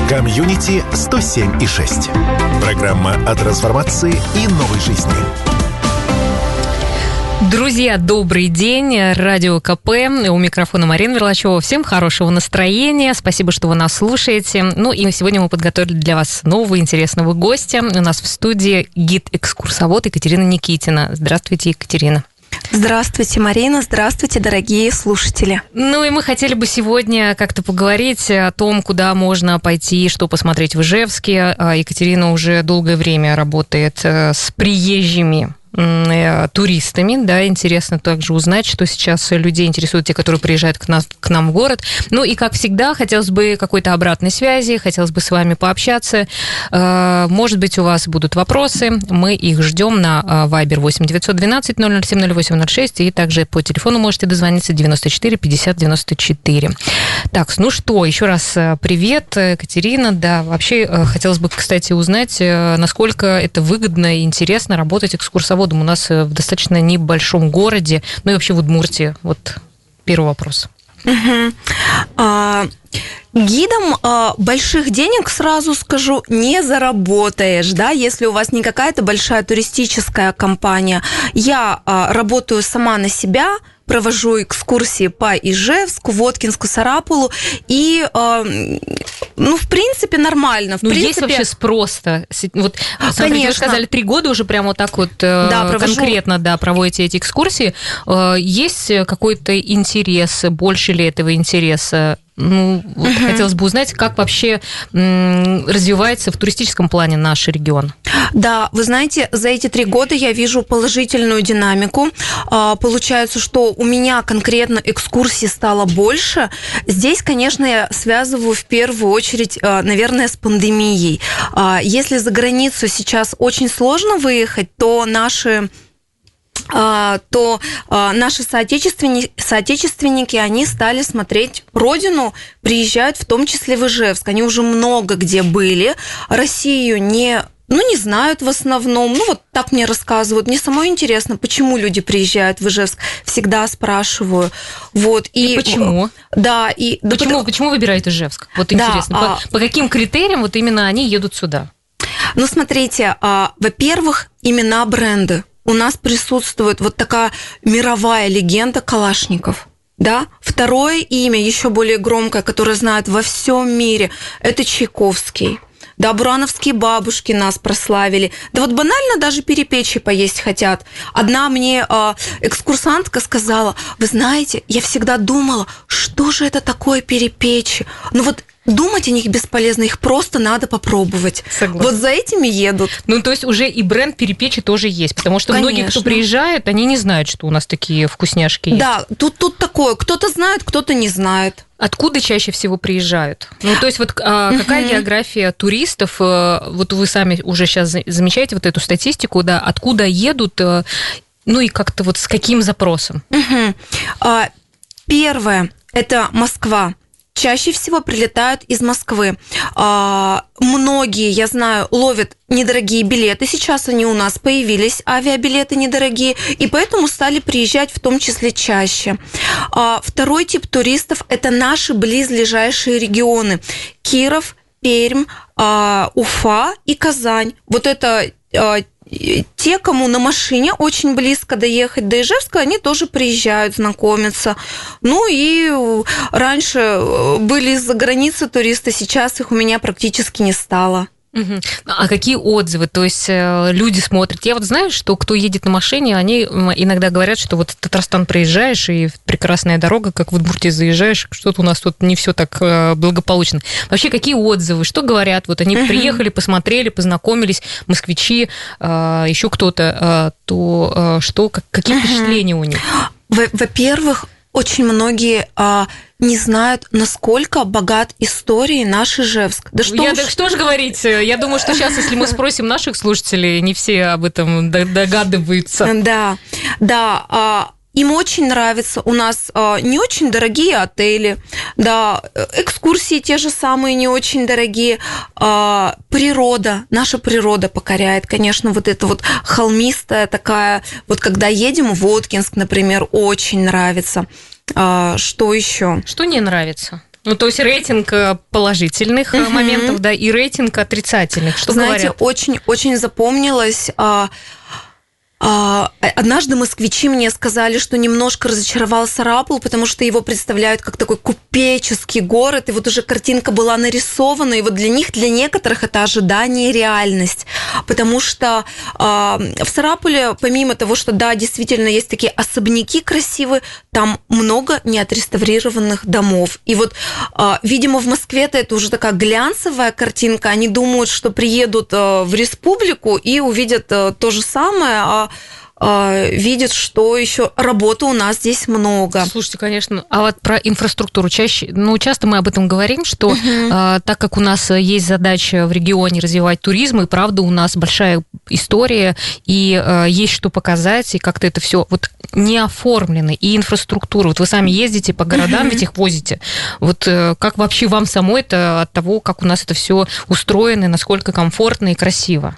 Комьюнити 107,6. Программа о трансформации и новой жизни. Друзья, добрый день. Радио КП. У микрофона Марина Верлачева. Всем хорошего настроения. Спасибо, что вы нас слушаете. Ну и сегодня мы подготовили для вас нового интересного гостя. У нас в студии гид-экскурсовод Екатерина Никитина. Здравствуйте, Екатерина. Здравствуйте, Марина. Здравствуйте, дорогие слушатели. Ну и мы хотели бы сегодня как-то поговорить о том, куда можно пойти, что посмотреть в Ижевске. Екатерина уже долгое время работает с приезжими туристами, да, интересно также узнать, что сейчас людей интересует, те, которые приезжают к нам в город. Ну и, как всегда, хотелось бы какой-то обратной связи, хотелось бы с вами пообщаться. Может быть, у вас будут вопросы, мы их ждем на Viber 8 912 007 08 06, и также по телефону можете дозвониться 94 50 94. Так, ну что, еще раз привет, Екатерина. Да, вообще хотелось бы, кстати, узнать, насколько это выгодно и интересно работать экскурсоводом у нас в достаточно небольшом городе, ну и вообще в Удмуртии. Вот первый вопрос. Гидом больших денег, сразу скажу, не заработаешь, да, если у вас не какая-то большая туристическая компания. Я работаю сама на себя, провожу экскурсии по Ижевску, Воткинску, Сарапулу, и, ну, в принципе, нормально. Есть вообще спрос-то? Вот, смотрите, вы сказали, 3 года уже прямо вот так вот конкретно, да, проводите эти экскурсии. Есть какой-то интерес, больше ли этого интереса? Ну, вот хотелось бы узнать, как вообще развивается в туристическом плане наш регион. Да, вы знаете, за эти 3 года я вижу положительную динамику. Получается, что у меня конкретно экскурсий стало больше. Здесь, конечно, я связываю в первую очередь, наверное, с пандемией. Если за границу сейчас очень сложно выехать, то наши соотечественники, они стали смотреть родину, приезжают в том числе в Ижевск. Они уже много где были, Россию не знают в основном. Ну, вот так мне рассказывают. Мне самой интересно, почему люди приезжают в Ижевск. Всегда спрашиваю. Вот. И почему? Да. Почему выбирают Ижевск? Вот интересно. По каким критериям вот именно они едут сюда? Ну, смотрите, во-первых, имена бренды. У нас присутствует вот такая мировая легенда Калашников. Да? Второе имя, еще более громкое, которое знают во всем мире, это Чайковский. Да, бурановские бабушки нас прославили. Да вот банально даже перепечи поесть хотят. Одна мне экскурсантка сказала: вы знаете, я всегда думала, что же это такое перепечи? Ну вот думать о них бесполезно, их просто надо попробовать. Согласна. Вот за этими едут. Ну, то есть уже и бренд перепечи тоже есть, потому что Конечно. Многие, кто приезжает, они не знают, что у нас такие вкусняшки есть. Да, тут такое, кто-то знает, кто-то не знает. Откуда чаще всего приезжают? Ну, то есть вот какая география туристов, вот вы сами уже сейчас замечаете вот эту статистику, да, откуда едут, ну и как-то вот с каким запросом? Первое – это Москва. Чаще всего прилетают из Москвы. Многие, я знаю, ловят недорогие билеты. Сейчас они у нас появились, авиабилеты недорогие, и поэтому стали приезжать в том числе чаще. Второй тип туристов – это наши близлежащие регионы. Киров, Пермь, Уфа и Казань. Вот это те, кому на машине очень близко доехать до Ижевска, они тоже приезжают, знакомятся. Ну и раньше были из-за границы туристы, сейчас их у меня практически не стало. А какие отзывы? То есть люди смотрят. Я вот знаю, что кто едет на машине, они иногда говорят, что вот в Татарстан приезжаешь, и прекрасная дорога, как в Удмуртии заезжаешь, что-то у нас тут не все так благополучно. Вообще, какие отзывы? Что говорят? Вот они приехали, посмотрели, познакомились, москвичи, еще кто-то, то что, какие впечатления у них? Во-первых, очень многие не знают, насколько богат историей наш Ижевск. Да что ж говорить, я думаю, что сейчас, если мы спросим наших слушателей, не все об этом догадываются. Да. Им очень нравится. У нас не очень дорогие отели, да, экскурсии те же самые не очень дорогие. Природа, наша природа покоряет, конечно, вот эта вот холмистая такая, вот когда едем в Воткинск, например, очень нравится. Что еще? Что не нравится? Ну, то есть рейтинг положительных моментов, да, и рейтинг отрицательных. Что знаете, говорят? очень запомнилось... Однажды москвичи мне сказали, что немножко разочаровал Сарапул, потому что его представляют как такой купеческий город, и вот уже картинка была нарисована, и вот для некоторых это ожидание и реальность. Потому что в Сарапуле, помимо того, что, да, действительно есть такие особняки красивые, там много неотреставрированных домов. И вот, видимо, в Москве-то это уже такая глянцевая картинка, они думают, что приедут в республику и увидят то же самое, видят, что еще работы у нас здесь много. Слушайте, конечно, а вот про инфраструктуру часто мы об этом говорим, что так как у нас есть задача в регионе развивать туризм, и правда у нас большая история, и есть что показать, и как-то это все вот не оформлено, и инфраструктура. Вот вы сами ездите по городам, ведь их возите. Вот как вообще вам самой это от того, как у нас это все устроено, насколько комфортно и красиво?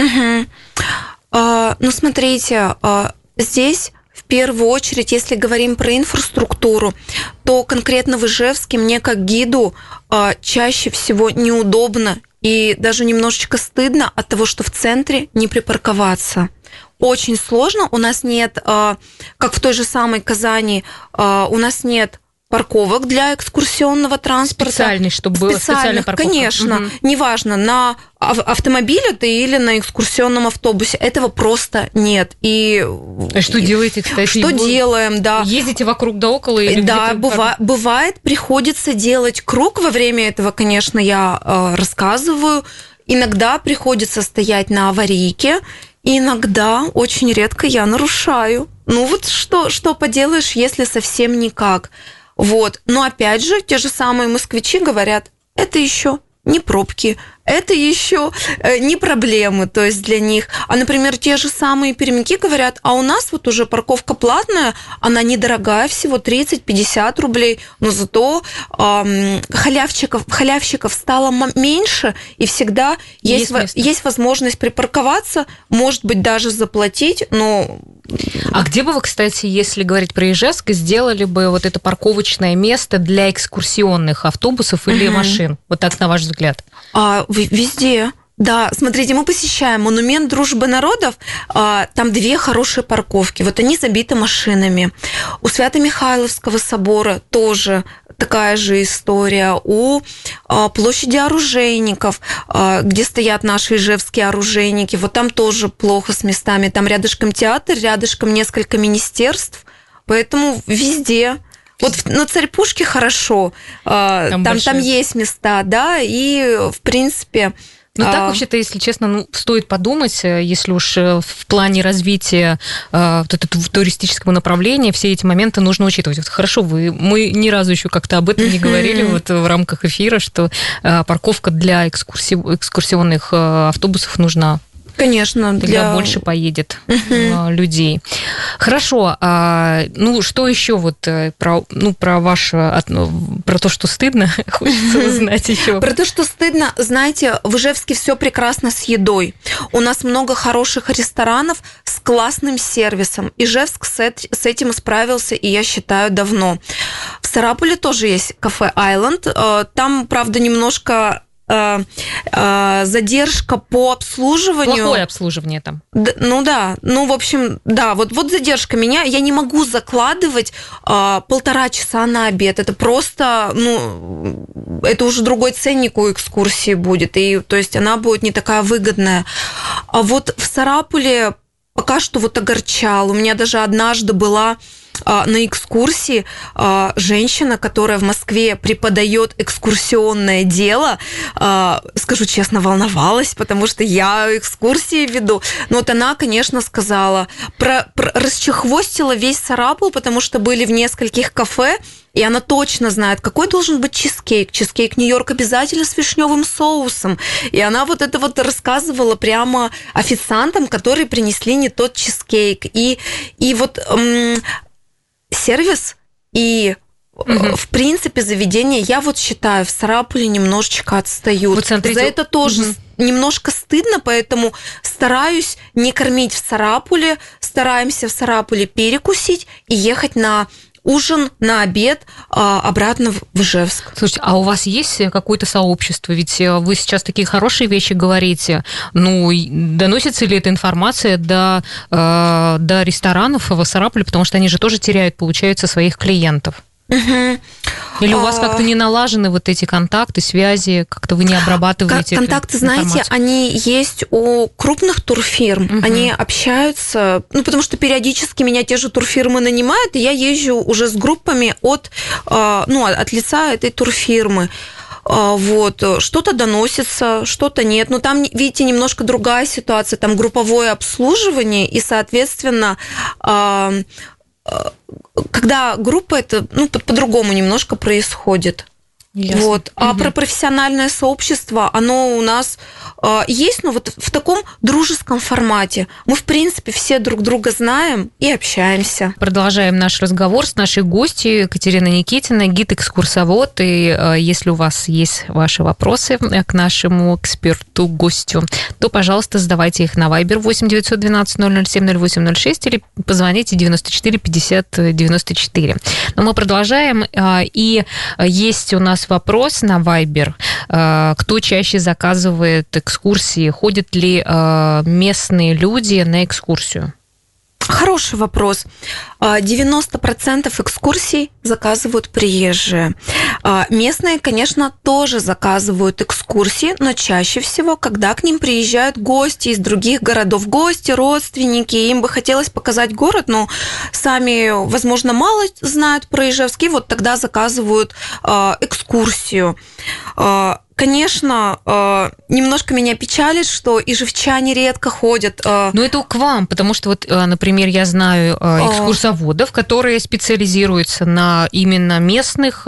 Ну, смотрите, здесь в первую очередь, если говорим про инфраструктуру, то конкретно в Ижевске мне как гиду чаще всего неудобно и даже немножечко стыдно от того, что в центре не припарковаться. Очень сложно. У нас нет, как в той же самой Казани, у нас нет парковок для экскурсионного транспорта. Специальный, чтобы была специальная парковка. Конечно. Неважно, на автомобиле ты или на экскурсионном автобусе. Этого просто нет. И что делаете, кстати? Что делаем, да. Ездите вокруг да около? Или да, бывает, приходится делать круг. Во время этого, конечно, я рассказываю. Иногда приходится стоять на аварийке. Иногда, очень редко я нарушаю. Ну вот что поделаешь, если совсем никак. Вот. Но опять же, те же самые москвичи говорят, это еще не пробки, это еще не проблемы, то есть для них. А, например, те же самые пермяки говорят, а у нас вот уже парковка платная, она недорогая, всего 30-50 рублей, но зато халявщиков стало меньше, и всегда есть возможность припарковаться, может быть, даже заплатить, но... А где бы вы, кстати, если говорить про Ижевск, сделали бы вот это парковочное место для экскурсионных автобусов или машин? Вот так, на ваш взгляд. Везде. Да, смотрите, мы посещаем монумент Дружбы народов, там 2 хорошие парковки, вот они забиты машинами. У Свято-Михайловского собора тоже такая же история. У площади оружейников, где стоят наши ижевские оружейники, вот там тоже плохо с местами. Там рядышком театр, рядышком несколько министерств, поэтому везде. Вот на Царь-Пушке хорошо, там есть места, да, и в принципе... Ну, так, вообще-то, если честно, стоит подумать, если уж в плане развития вот этого туристического направления все эти моменты нужно учитывать. Вот хорошо, мы ни разу еще как-то об этом не говорили вот в рамках эфира, что парковка для экскурсионных автобусов нужна. Конечно. Тогда больше поедет людей. Хорошо. Ну, что еще вот про то, что стыдно, хочется узнать еще. Про то, что стыдно, знаете, в Ижевске все прекрасно с едой. У нас много хороших ресторанов с классным сервисом. Ижевск с этим справился, и я считаю, давно. В Сарапуле тоже есть кафе «Айленд». Там, правда, немножко... задержка по обслуживанию. Плохое обслуживание там. В общем, вот задержка меня, я не могу закладывать 1,5 часа на обед. Это просто, это уже другой ценник у экскурсии будет, и то есть она будет не такая выгодная. А вот в Сарапуле пока что вот огорчал. У меня даже однажды была на экскурсии женщина, которая в Москве преподает экскурсионное дело, скажу честно, волновалась, потому что я экскурсии веду. Но вот она, конечно, сказала, расчехвостила весь Сарапул, потому что были в нескольких кафе, и она точно знает, какой должен быть чизкейк. Чизкейк Нью-Йорк обязательно с вишневым соусом. И она вот это вот рассказывала прямо официантам, которые принесли не тот чизкейк. И вот... сервис и, в принципе, заведения, я вот считаю, в Сарапуле немножечко отстают. Вот смотрите, за это тоже немножко стыдно, поэтому стараюсь не кормить в Сарапуле, стараемся в Сарапуле перекусить и ехать на ужин на обед обратно в Ижевск. Слушайте, а у вас есть какое-то сообщество? Ведь вы сейчас такие хорошие вещи говорите. Ну, доносится ли эта информация до ресторанов в Сарапуле? Потому что они же тоже теряют, получается, своих клиентов. Угу. Или у вас как-то не налажены вот эти контакты, связи, как-то вы не обрабатываете контакты, эту информацию? знаете, они есть у крупных турфирм, они общаются, потому что периодически меня те же турфирмы нанимают, и я езжу уже с группами от лица этой турфирмы. Вот, что-то доносится, что-то нет. Но там, видите, немножко другая ситуация, там групповое обслуживание, и, соответственно, когда группа, это по-другому немножко происходит. Ясно. Вот. А про профессиональное сообщество, оно у нас есть, но вот в таком дружеском формате. Мы, в принципе, все друг друга знаем и общаемся. Продолжаем наш разговор с нашей гостьей Екатериной Никитиной, гид-экскурсовод. И если у вас есть ваши вопросы к нашему эксперту-гостю, то, пожалуйста, задавайте их на Viber 8 912 007 0806 или позвоните 94 50 94. Но мы продолжаем. И есть у нас вопрос на Viber. Кто чаще заказывает экскурсии? Ходят ли местные люди на экскурсию? Хороший вопрос. 90% экскурсий заказывают приезжие. Местные, конечно, тоже заказывают экскурсии, но чаще всего, когда к ним приезжают гости из других городов, гости, родственники, им бы хотелось показать город, но сами, возможно, мало знают про Ижевск, и вот тогда заказывают экскурсию. Конечно, немножко меня печалит, что ижевчане редко ходят. Но это к вам, потому что, вот, например, я знаю экскурсоводов, которые специализируются на именно местных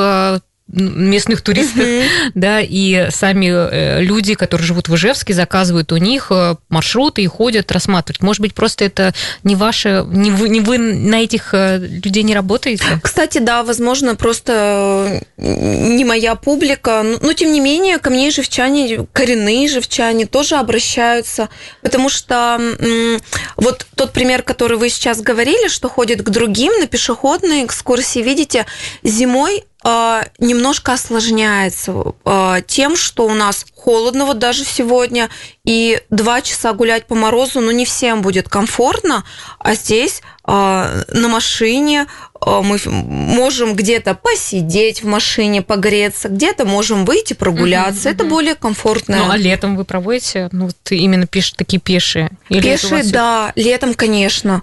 туристов, да, и сами люди, которые живут в Ижевске, заказывают у них маршруты и ходят, рассматривают. Может быть, просто это не ваше, не вы на этих людей не работаете? Кстати, да, возможно, просто не моя публика, но тем не менее ко мне ижевчане, коренные ижевчане тоже обращаются, потому что вот тот пример, который вы сейчас говорили, что ходят к другим на пешеходные экскурсии, видите, зимой немножко осложняется тем, что у нас холодно вот даже сегодня, и 2 часа гулять по морозу, не всем будет комфортно, а здесь на машине мы можем где-то посидеть в машине, погреться, где-то можем выйти прогуляться, это более комфортно. Ну, а летом вы проводите, именно такие пешие? Или пешие, да, летом, конечно.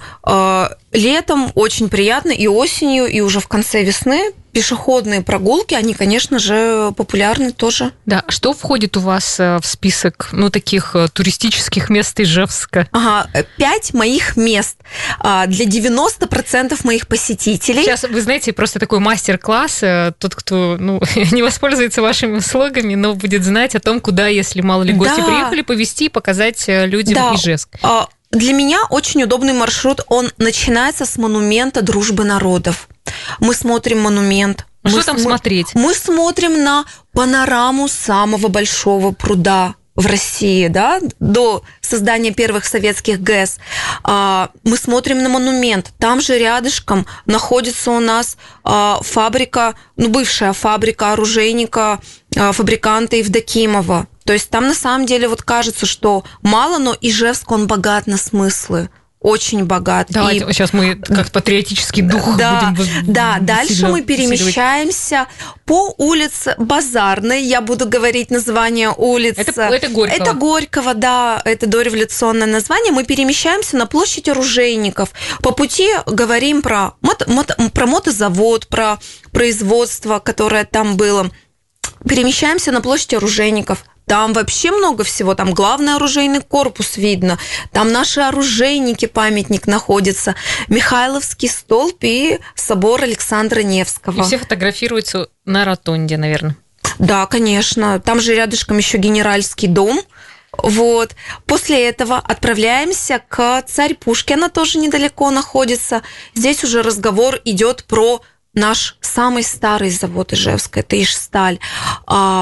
Летом очень приятно, и осенью, и уже в конце весны пешеходные прогулки, они, конечно же, популярны тоже. Да, что входит у вас в список, таких туристических мест Ижевска? 5 моих мест для 90% моих посетителей. Сейчас, вы знаете, просто такой мастер-класс. Тот, кто не воспользуется вашими услугами, но будет знать о том, куда, если мало ли гости приехали, повезти и показать людям Ижевск. Для меня очень удобный маршрут. Он начинается с монумента Дружбы народов. Мы смотрим монумент. Что там смотреть? Мы смотрим на панораму самого большого пруда в России, да, до создания первых советских ГЭС. Мы смотрим на монумент. Там же рядышком находится у нас фабрика, бывшая фабрика оружейника, фабриканта Евдокимова. То есть там на самом деле кажется, что мало, но Ижевск, он богат на смыслы. Очень богат. Давайте, сейчас мы как патриотический дух будем... Да, дальше мы перемещаемся по улице Базарной. Я буду говорить название улицы. Это Горького. Это Горького, да, это дореволюционное название. Мы перемещаемся на площадь Оружейников. По пути говорим про мотозавод, про производство, которое там было. Перемещаемся на площадь Оружейников. Там вообще много всего, там главный оружейный корпус видно, там наши оружейники, памятник находится, Михайловский столб и собор Александра Невского. И все фотографируются на ротонде, наверное. Да, конечно, там же рядышком еще Генеральский дом. Вот. После этого отправляемся к Царь Пушкин, она тоже недалеко находится. Здесь уже разговор идет про наш самый старый завод Ижевска, это Ижсталь.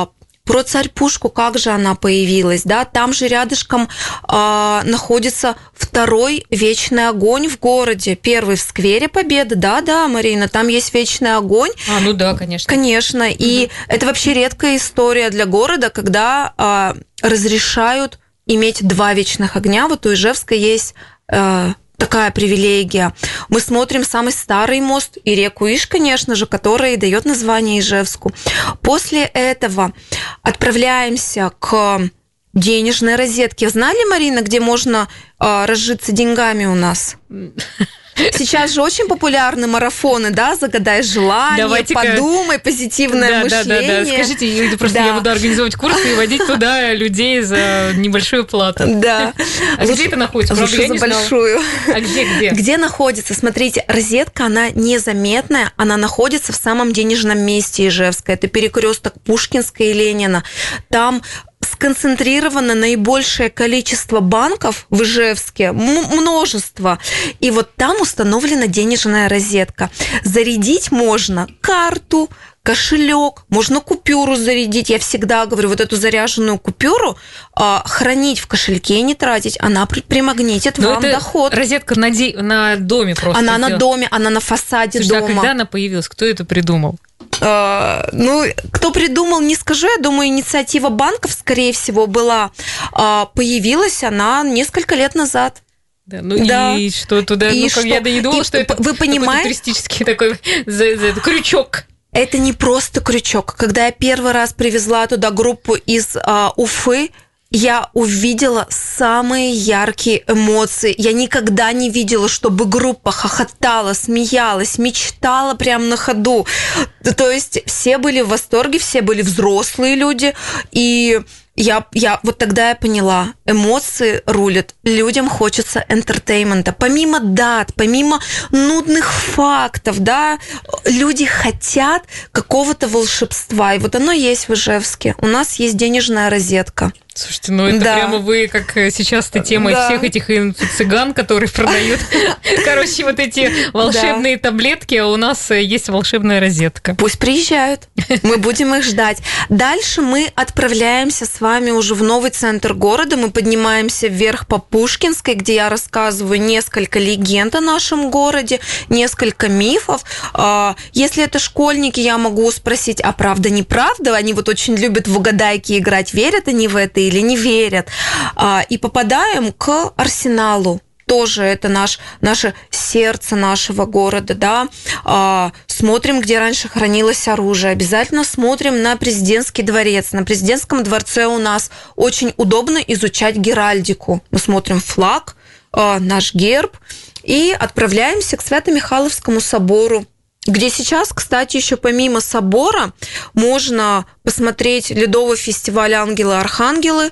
Про Царь-Пушку, как же она появилась, да, там же рядышком находится второй вечный огонь в городе, первый в сквере Победы, да, Марина, там есть вечный огонь. Ну да, конечно. Конечно, и это вообще редкая история для города, когда разрешают иметь 2 вечных огня, вот у Ижевска есть такая привилегия. Мы смотрим самый старый мост и реку Иж, конечно же, которая дает название Ижевску. После этого отправляемся к денежной розетке. Знали, Марина, где можно разжиться деньгами у нас? Сейчас же очень популярны марафоны, да, загадай желание, подумай, позитивное мышление. Да. Скажите, просто я буду организовывать курсы и водить туда людей за небольшую плату. Да. А где это находится? Лучше за большую. А где? Где находится? Смотрите, розетка, она незаметная, она находится в самом денежном месте Ижевска. Это перекресток Пушкинской и Ленина. Там сконцентрировано наибольшее количество банков в Ижевске, множество. И вот там установлена денежная розетка. Зарядить можно карту, кошелек, можно купюру зарядить. Я всегда говорю, вот эту заряженную купюру хранить в кошельке и не тратить, она примагнитит вам доход. Розетка на доме просто. Она на доме, она на фасаде дома. А когда она появилась? Кто это придумал? Кто придумал, не скажу. Я думаю, инициатива банков, скорее всего, была. Появилась она несколько лет назад. Да, и что туда? И я не думала, что это вы понимаете? Туристический такой крючок. Это не просто крючок. Когда я первый раз привезла туда группу из Уфы, я увидела самые яркие эмоции. Я никогда не видела, чтобы группа хохотала, смеялась, мечтала прямо на ходу. То есть все были в восторге, все были взрослые люди. И я вот тогда я поняла, эмоции рулят. Людям хочется энтертеймента. Помимо дат, помимо нудных фактов, да, люди хотят какого-то волшебства. И вот оно есть в Ижевске. У нас есть денежная розетка. Слушайте, это прямо вы, как сейчас-то тема всех этих цыган, которые продают, вот эти волшебные таблетки, а у нас есть волшебная розетка. Пусть приезжают, мы будем их ждать. Дальше мы отправляемся с вами уже в новый центр города, мы поднимаемся вверх по Пушкинской, где я рассказываю несколько легенд о нашем городе, несколько мифов. Если это школьники, я могу спросить, а правда, неправда? Они вот очень любят в угадайки играть, верят они в это или не верят. И попадаем к Арсеналу. Тоже это наше сердце нашего города, да. Смотрим, где раньше хранилось оружие. Обязательно смотрим на президентский дворец. На президентском дворце у нас очень удобно изучать геральдику. Мы смотрим флаг, наш герб и отправляемся к Свято-Михайловскому собору, где сейчас, кстати, еще помимо собора можно посмотреть ледовый фестиваль «Ангелы-Архангелы».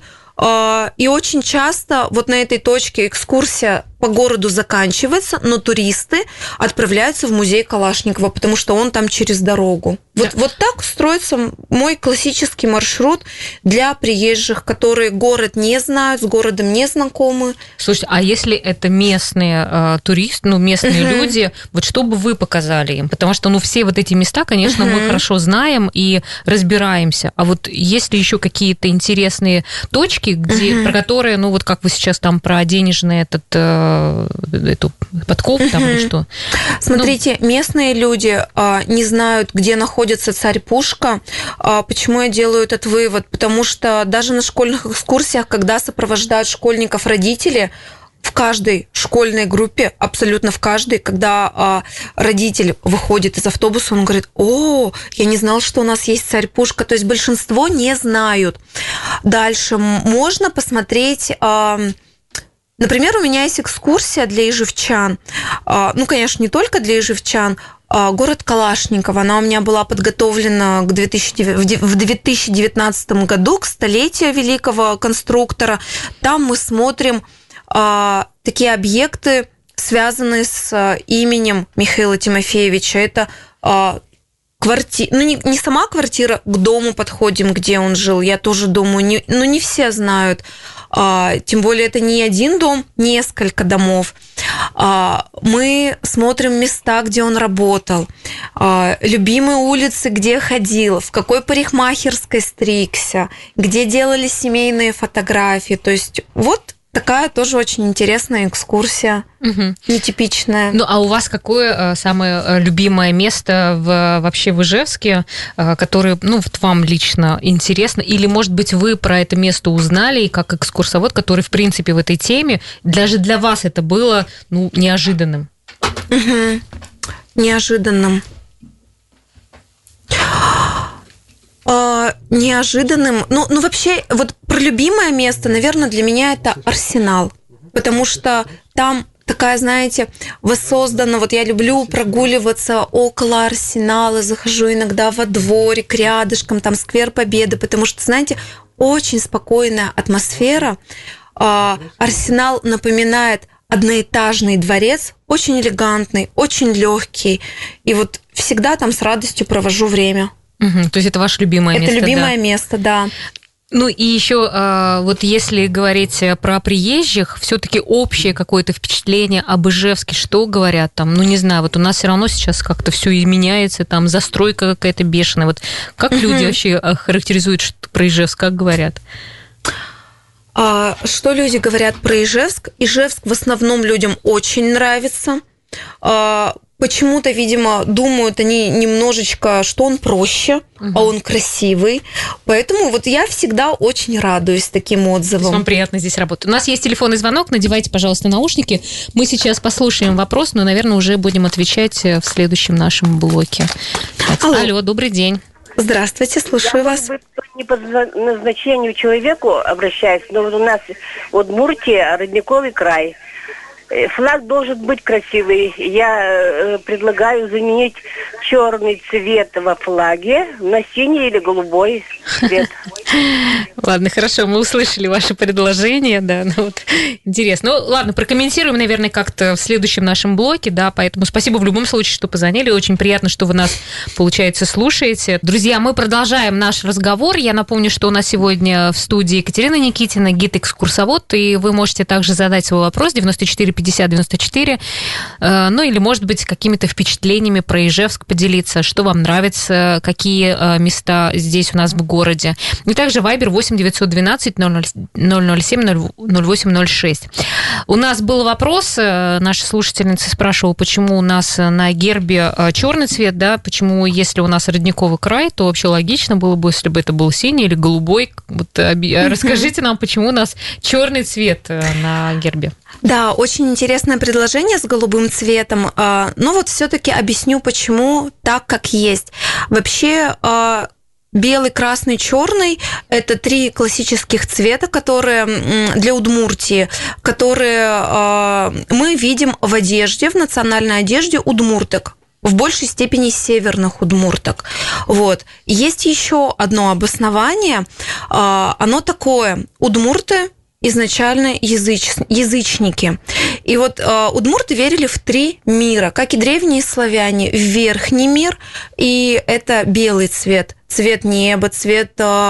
И очень часто вот на этой точке экскурсия по городу заканчивается, но туристы отправляются в музей Калашникова, потому что он там через дорогу. Вот так строится мой классический маршрут для приезжих, которые город не знают, с городом не знакомы. Слушайте, а если это местные туристы, местные люди, вот что бы вы показали им? Потому что, все вот эти места, конечно, мы хорошо знаем и разбираемся. А вот есть ли еще какие-то интересные точки, про которые, вот как вы сейчас там про денежный эту подкову там или что? Смотрите, местные люди не знают, где находится Царь-Пушка. Почему я делаю этот вывод? Потому что даже на школьных экскурсиях, когда сопровождают школьников родители, в каждой школьной группе, абсолютно в каждой, когда родитель выходит из автобуса, он говорит: «О, я не знал, что у нас есть Царь-Пушка». То есть большинство не знают. Дальше можно посмотреть... Например, у меня есть экскурсия для ижевчан. Конечно, не только для ижевчан. Город Калашниково. Она у меня была подготовлена в 2019 году к столетию великого конструктора. Там мы смотрим такие объекты, связанные с именем Михаила Тимофеевича. Это квартира, не сама квартира, к дому подходим, где он жил. Я тоже думаю, не все знают. Тем более это не один дом, несколько домов. Мы смотрим места, где он работал, любимые улицы, где ходил, в какой парикмахерской стригся, где делали семейные фотографии. То есть вот такая тоже очень интересная экскурсия, нетипичная. Ну, а у вас какое самое любимое место вообще в Ижевске, которое, вот вам лично интересно? Или, может быть, вы про это место узнали, и как экскурсовод, который, в принципе, в этой теме, даже для вас это было, неожиданным? Неожиданным. Неожиданным. Ну, вообще, вот про любимое место, наверное, для меня это Арсенал. Потому что там такая, знаете, воссоздана. Вот я люблю прогуливаться около Арсенала, захожу иногда во дворик рядышком, там сквер Победы, потому что, знаете, очень спокойная атмосфера. Арсенал напоминает одноэтажный дворец, очень элегантный, очень легкий. И вот всегда там с радостью провожу время. То есть это ваше любимое место? Это любимое место, да. Ну и еще, вот если говорить про приезжих, все-таки общее какое-то впечатление об Ижевске, что говорят там? Ну не знаю, вот у нас все равно сейчас как-то все меняется, там застройка какая-то бешеная. Вот как люди вообще характеризуют про Ижевск, как говорят? Что люди говорят про Ижевск? Ижевск в основном людям очень нравится. Почему-то, видимо, думают они немножечко, что он проще, а он красивый. Поэтому вот я всегда очень радуюсь таким отзывам. Вам приятно здесь работать. У нас есть телефонный звонок, надевайте, пожалуйста, наушники. Мы сейчас послушаем вопрос, но, наверное, уже будем отвечать в следующем нашем блоке. Алло, добрый день. Здравствуйте, слушаю вас. Не по назначению человеку обращаюсь, но вот у нас Удмуртия, родниковый край. Флаг должен быть красивый. Я предлагаю заменить черный цвет во флаге на синий или голубой цвет. Ладно, хорошо, мы услышали ваше предложение, да, интересно. Ну, ладно, прокомментируем, наверное, как-то в следующем нашем блоке, да, поэтому спасибо в любом случае, что позвонили, очень приятно, что вы нас, получается, слушаете. Друзья, мы продолжаем наш разговор. Я напомню, что у нас сегодня в студии Екатерина Никитина, гид-экскурсовод, и вы можете также задать свой вопрос 94-50-94, ну или, может быть, какими-то впечатлениями про Ижевск поделиться, что вам нравится, какие места здесь у нас в городе. И также Viber 8-912-007-0806. У нас был вопрос, наша слушательница спрашивала, почему у нас на гербе черный цвет, да, почему, если у нас родниковый край, то вообще логично было бы, если бы это был синий или голубой. Вот, расскажите нам, почему у нас черный цвет на гербе. Да, очень интересное предложение с голубым цветом. Но вот все-таки объясню, почему так, как есть. Вообще, белый, красный, черный – это три классических цвета, которые для Удмуртии, которые мы видим в одежде, в национальной одежде удмурток. В большей степени северных удмурток. Вот. Есть еще одно обоснование. Оно такое. Удмурты изначально язычники. И вот удмурты верили в три мира, как и древние славяне, в верхний мир, и это белый цвет, цвет неба, цвет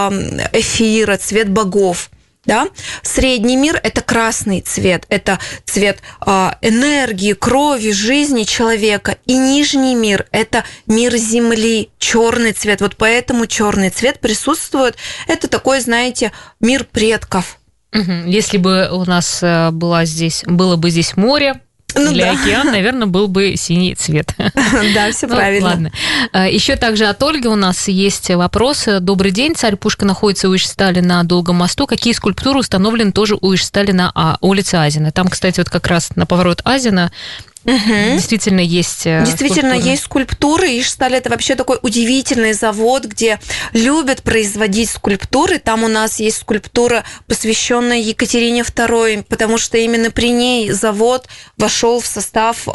эфира, цвет богов. Да? Средний мир – это красный цвет, это цвет энергии, крови, жизни человека. И нижний мир – это мир земли, черный цвет. Вот поэтому черный цвет присутствует. Это такой, знаете, мир предков. Если бы у нас было бы здесь море, или океан, наверное, был бы синий цвет. Да, все правильно. Ладно. Еще также от Ольги у нас есть вопрос. Добрый день. Царь-Пушка находится у Ижстали на Долгом мосту. Какие скульптуры установлены тоже у Ижстали на улице Азина? Там, кстати, вот как раз на поворот Азина действительно есть скульптуры. Ижсталь – это вообще такой удивительный завод, где любят производить скульптуры. Там у нас есть скульптура, посвященная Екатерине II, потому что именно при ней завод вошел в состав,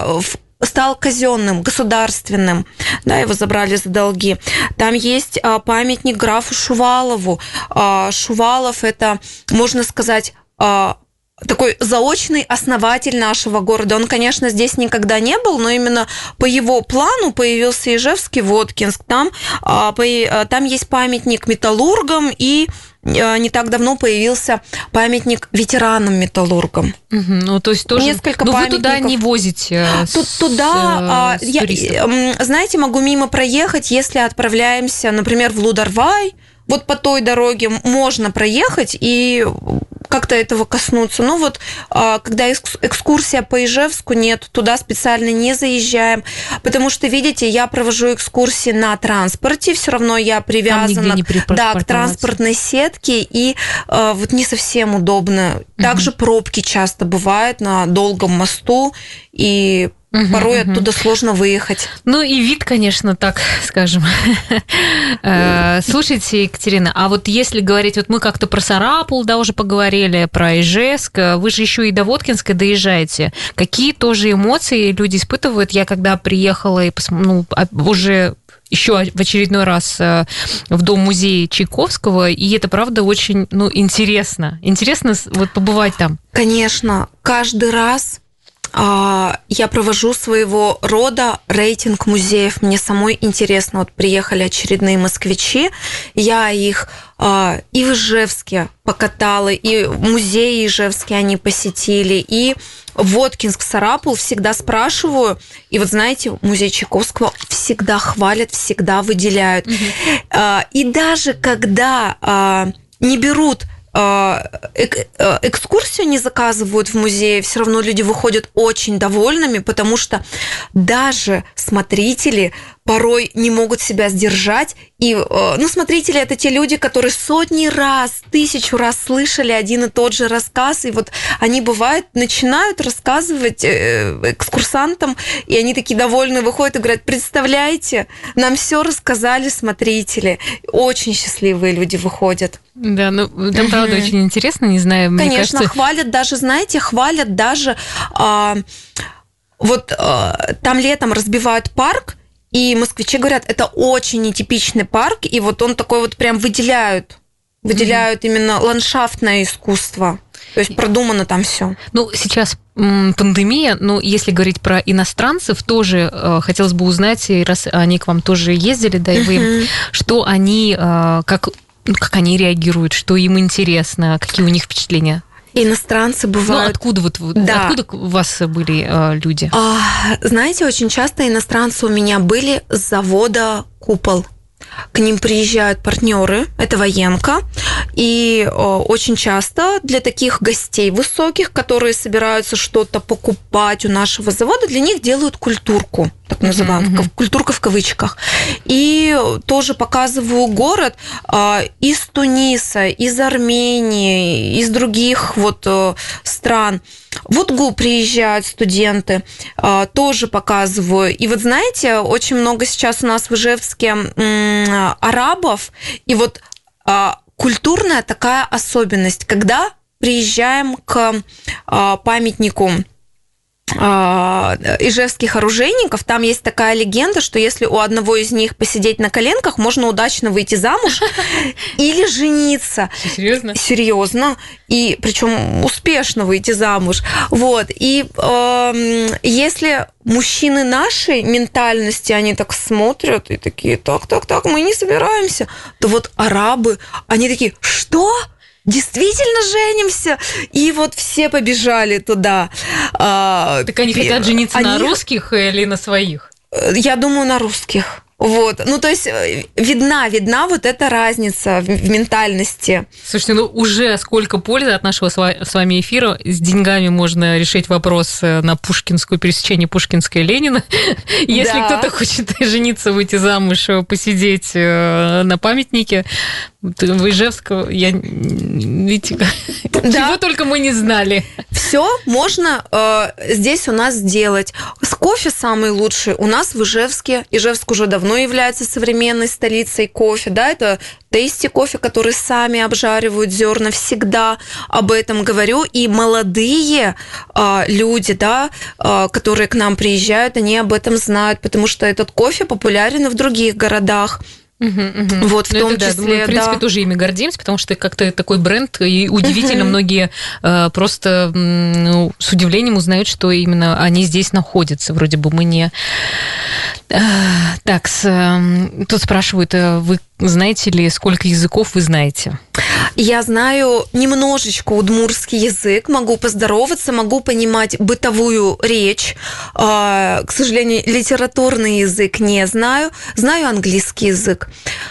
стал казенным, государственным, да, его забрали за долги. Там есть памятник графу Шувалову. Шувалов – это, можно сказать, такой заочный основатель нашего города. Он, конечно, здесь никогда не был, но именно по его плану появился Ижевский Воткинск. Там есть памятник металлургам, и не так давно появился памятник ветеранам-металлургам. Ну, то есть тоже... Несколько памятников. Вы туда не возите туда, туристов? знаете, могу мимо проехать, если отправляемся, например, в Лударвай. Вот по той дороге можно проехать и как-то этого коснуться. Но вот когда экскурсия по Ижевску, нет, туда специально не заезжаем, потому что, видите, я провожу экскурсии на транспорте, все равно я привязана к транспортной сетке, и вот не совсем удобно. Также пробки часто бывают на Долгом мосту, и порой оттуда сложно выехать. Ну и вид, конечно, так скажем. Слушайте, Екатерина, а вот если говорить, вот мы как-то про Сарапул, да, уже поговорили, про Ижевск, вы же еще и до Воткинска доезжаете. Какие тоже эмоции люди испытывают? Я когда приехала и уже еще в очередной раз в Дом-музей Чайковского, и это, правда, очень интересно. Интересно вот побывать там. Конечно, каждый раз я провожу своего рода рейтинг музеев. Мне самой интересно. Вот приехали очередные москвичи, я их и в Ижевске покатала, и музеи Ижевские они посетили, и Воткинск, Сарапул всегда спрашиваю. И вот знаете, музей Чайковского всегда хвалят, всегда выделяют. И даже когда не берут экскурсию, не заказывают в музее, все равно люди выходят очень довольными, потому что даже смотрители порой не могут себя сдержать. И, смотрители – это те люди, которые сотни раз, 1000 раз слышали один и тот же рассказ, и вот они, бывает, начинают рассказывать экскурсантам, и они такие довольные выходят и говорят: представляете, нам все рассказали смотрители. Очень счастливые люди выходят. Да, там, правда, очень интересно, не знаю, мне кажется... Конечно, хвалят даже, там летом разбивают парк, и москвичи говорят, это очень нетипичный парк, и вот он такой вот прям выделяют именно ландшафтное искусство. То есть продумано там все. Сейчас пандемия, но если говорить про иностранцев, тоже хотелось бы узнать, раз они к вам тоже ездили, да, и вы, что они, как они реагируют, что им интересно, какие у них впечатления? Иностранцы бывают... Откуда у вас были люди? Знаете, очень часто иностранцы у меня были с завода «Купол». К ним приезжают партнеры, это военка, и очень часто для таких гостей высоких, которые собираются что-то покупать у нашего завода, для них делают культурку, так называемую, культурка в кавычках. И тоже показываю город из Туниса, из Армении, из других стран. В Удгу приезжают студенты, тоже показываю. И вот знаете, очень много сейчас у нас в Ижевске арабов, и вот культурная такая особенность, когда приезжаем к памятнику ижевских оружейников, там есть такая легенда, что если у одного из них посидеть на коленках, можно удачно выйти замуж или жениться. Серьезно? Серьезно. И причем успешно выйти замуж. Вот. И если мужчины нашей ментальности, они так смотрят и такие, так, мы не собираемся, то вот арабы, они такие, что? Действительно женимся? И вот все побежали туда. Так они хотят жениться на русских или на своих? Я думаю, на русских. Вот. То есть видна вот эта разница в ментальности. Слушайте, уже сколько пользы от нашего с вами эфира. С деньгами можно решить вопрос на Пушкинскую, пересечение Пушкинской и Ленина. Если кто-то хочет жениться, выйти замуж, посидеть на памятнике, в Ижевске, видите, чего только мы не знали. Все можно здесь у нас сделать. С кофе самый лучший у нас в Ижевске. Ижевск уже давно является современной столицей кофе. Да, это Тейсти кофе, которые сами обжаривают зерна. Всегда об этом говорю. И молодые люди, да, которые к нам приезжают, они об этом знают, потому что этот кофе популярен и в других городах. Вот, в том числе, мы, в принципе, тоже ими гордимся, потому что как-то такой бренд, и удивительно, многие просто с удивлением узнают, что именно они здесь находятся. Вроде бы мы не... Так, тут спрашивают, вы знаете ли, сколько языков вы знаете? Я знаю немножечко удмуртский язык, могу поздороваться, могу понимать бытовую речь. К сожалению, литературный язык не знаю. Знаю английский язык.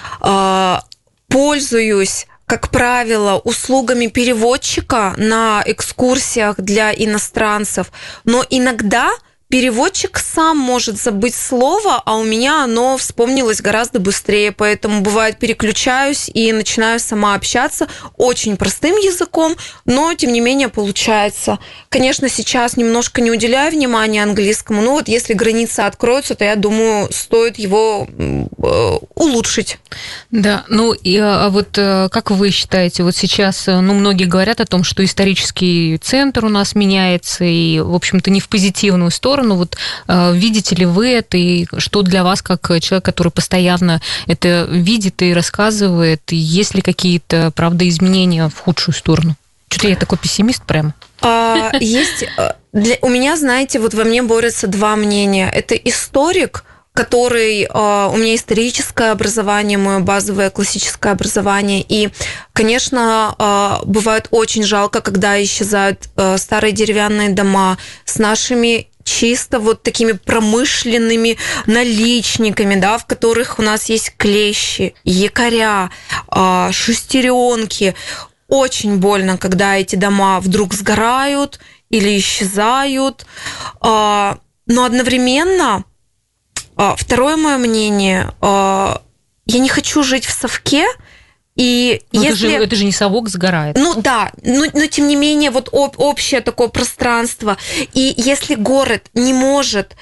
Пользуюсь, как правило, услугами переводчика на экскурсиях для иностранцев, но иногда переводчик сам может забыть слово, а у меня оно вспомнилось гораздо быстрее, поэтому бывает переключаюсь и начинаю сама общаться очень простым языком, но тем не менее получается. Конечно, сейчас немножко не уделяю внимания английскому, но вот если границы откроются, то я думаю, стоит его улучшить. Да, а вот как вы считаете, вот сейчас, многие говорят о том, что исторический центр у нас меняется, и, в общем-то, не в позитивную сторону. Вот видите ли вы это, и что для вас, как человек, который постоянно это видит и рассказывает, и есть ли какие-то, правда, изменения в худшую сторону? Что-то я такой пессимист прямо. Есть. У меня, знаете, вот во мне борются два мнения. Это историк, который... У меня историческое образование, мое базовое классическое образование. И, конечно, бывает очень жалко, когда исчезают старые деревянные дома с нашими чисто вот такими промышленными наличниками, да, в которых у нас есть клещи, якоря, шестеренки. Очень больно, когда эти дома вдруг сгорают или исчезают. Но одновременно, второе мое мнение, я не хочу жить в совке. И если... это же не совок сгорает. Ну да, но тем не менее вот общее такое пространство. И если город не может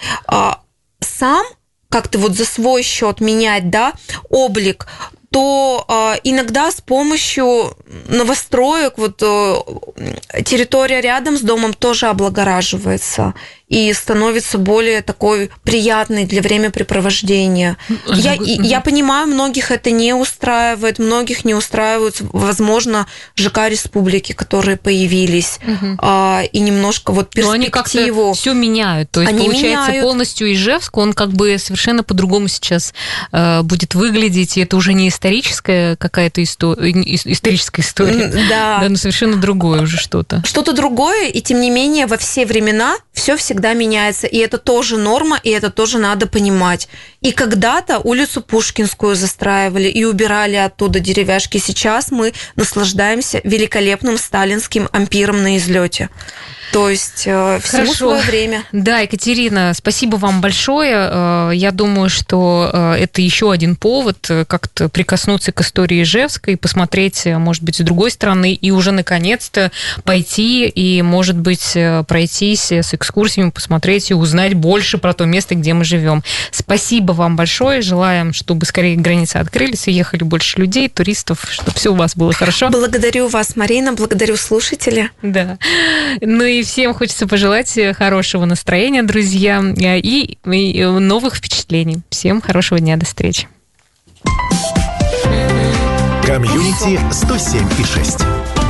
сам как-то вот за свой счет менять, да, облик, то иногда с помощью новостроек вот территория рядом с домом тоже облагораживается и становится более такой приятной для времяпрепровождения. Я понимаю, многих это не устраивает, многих не устраивают, возможно, ЖК Республики, которые появились, и немножко вот перспективу. Но они как-то все меняют. То есть, получается, полностью Ижевск, он как бы совершенно по-другому сейчас будет выглядеть, и это уже не историческая какая-то историческая история, да, но совершенно другое уже что-то. Что-то другое, и тем не менее во все времена все всегда меняется, и это тоже норма, и это тоже надо понимать. И когда-то улицу Пушкинскую застраивали и убирали оттуда деревяшки. Сейчас мы наслаждаемся великолепным сталинским ампиром на излете. То есть всему свое время. Да, Екатерина, спасибо вам большое. Я думаю, что это еще один повод как-то прикоснуться к истории Ижевска и посмотреть, может быть, с другой стороны, и уже наконец-то пойти и, может быть, пройтись с экскурсиями, посмотреть и узнать больше про то место, где мы живем. Спасибо вам большое. Желаем, чтобы скорее границы открылись и ехали больше людей, туристов, чтобы все у вас было хорошо. Благодарю вас, Марина, благодарю слушателей. Да. Ну и всем хочется пожелать хорошего настроения, друзья, и новых впечатлений. Всем хорошего дня, до встречи. Комьюнити 107,6.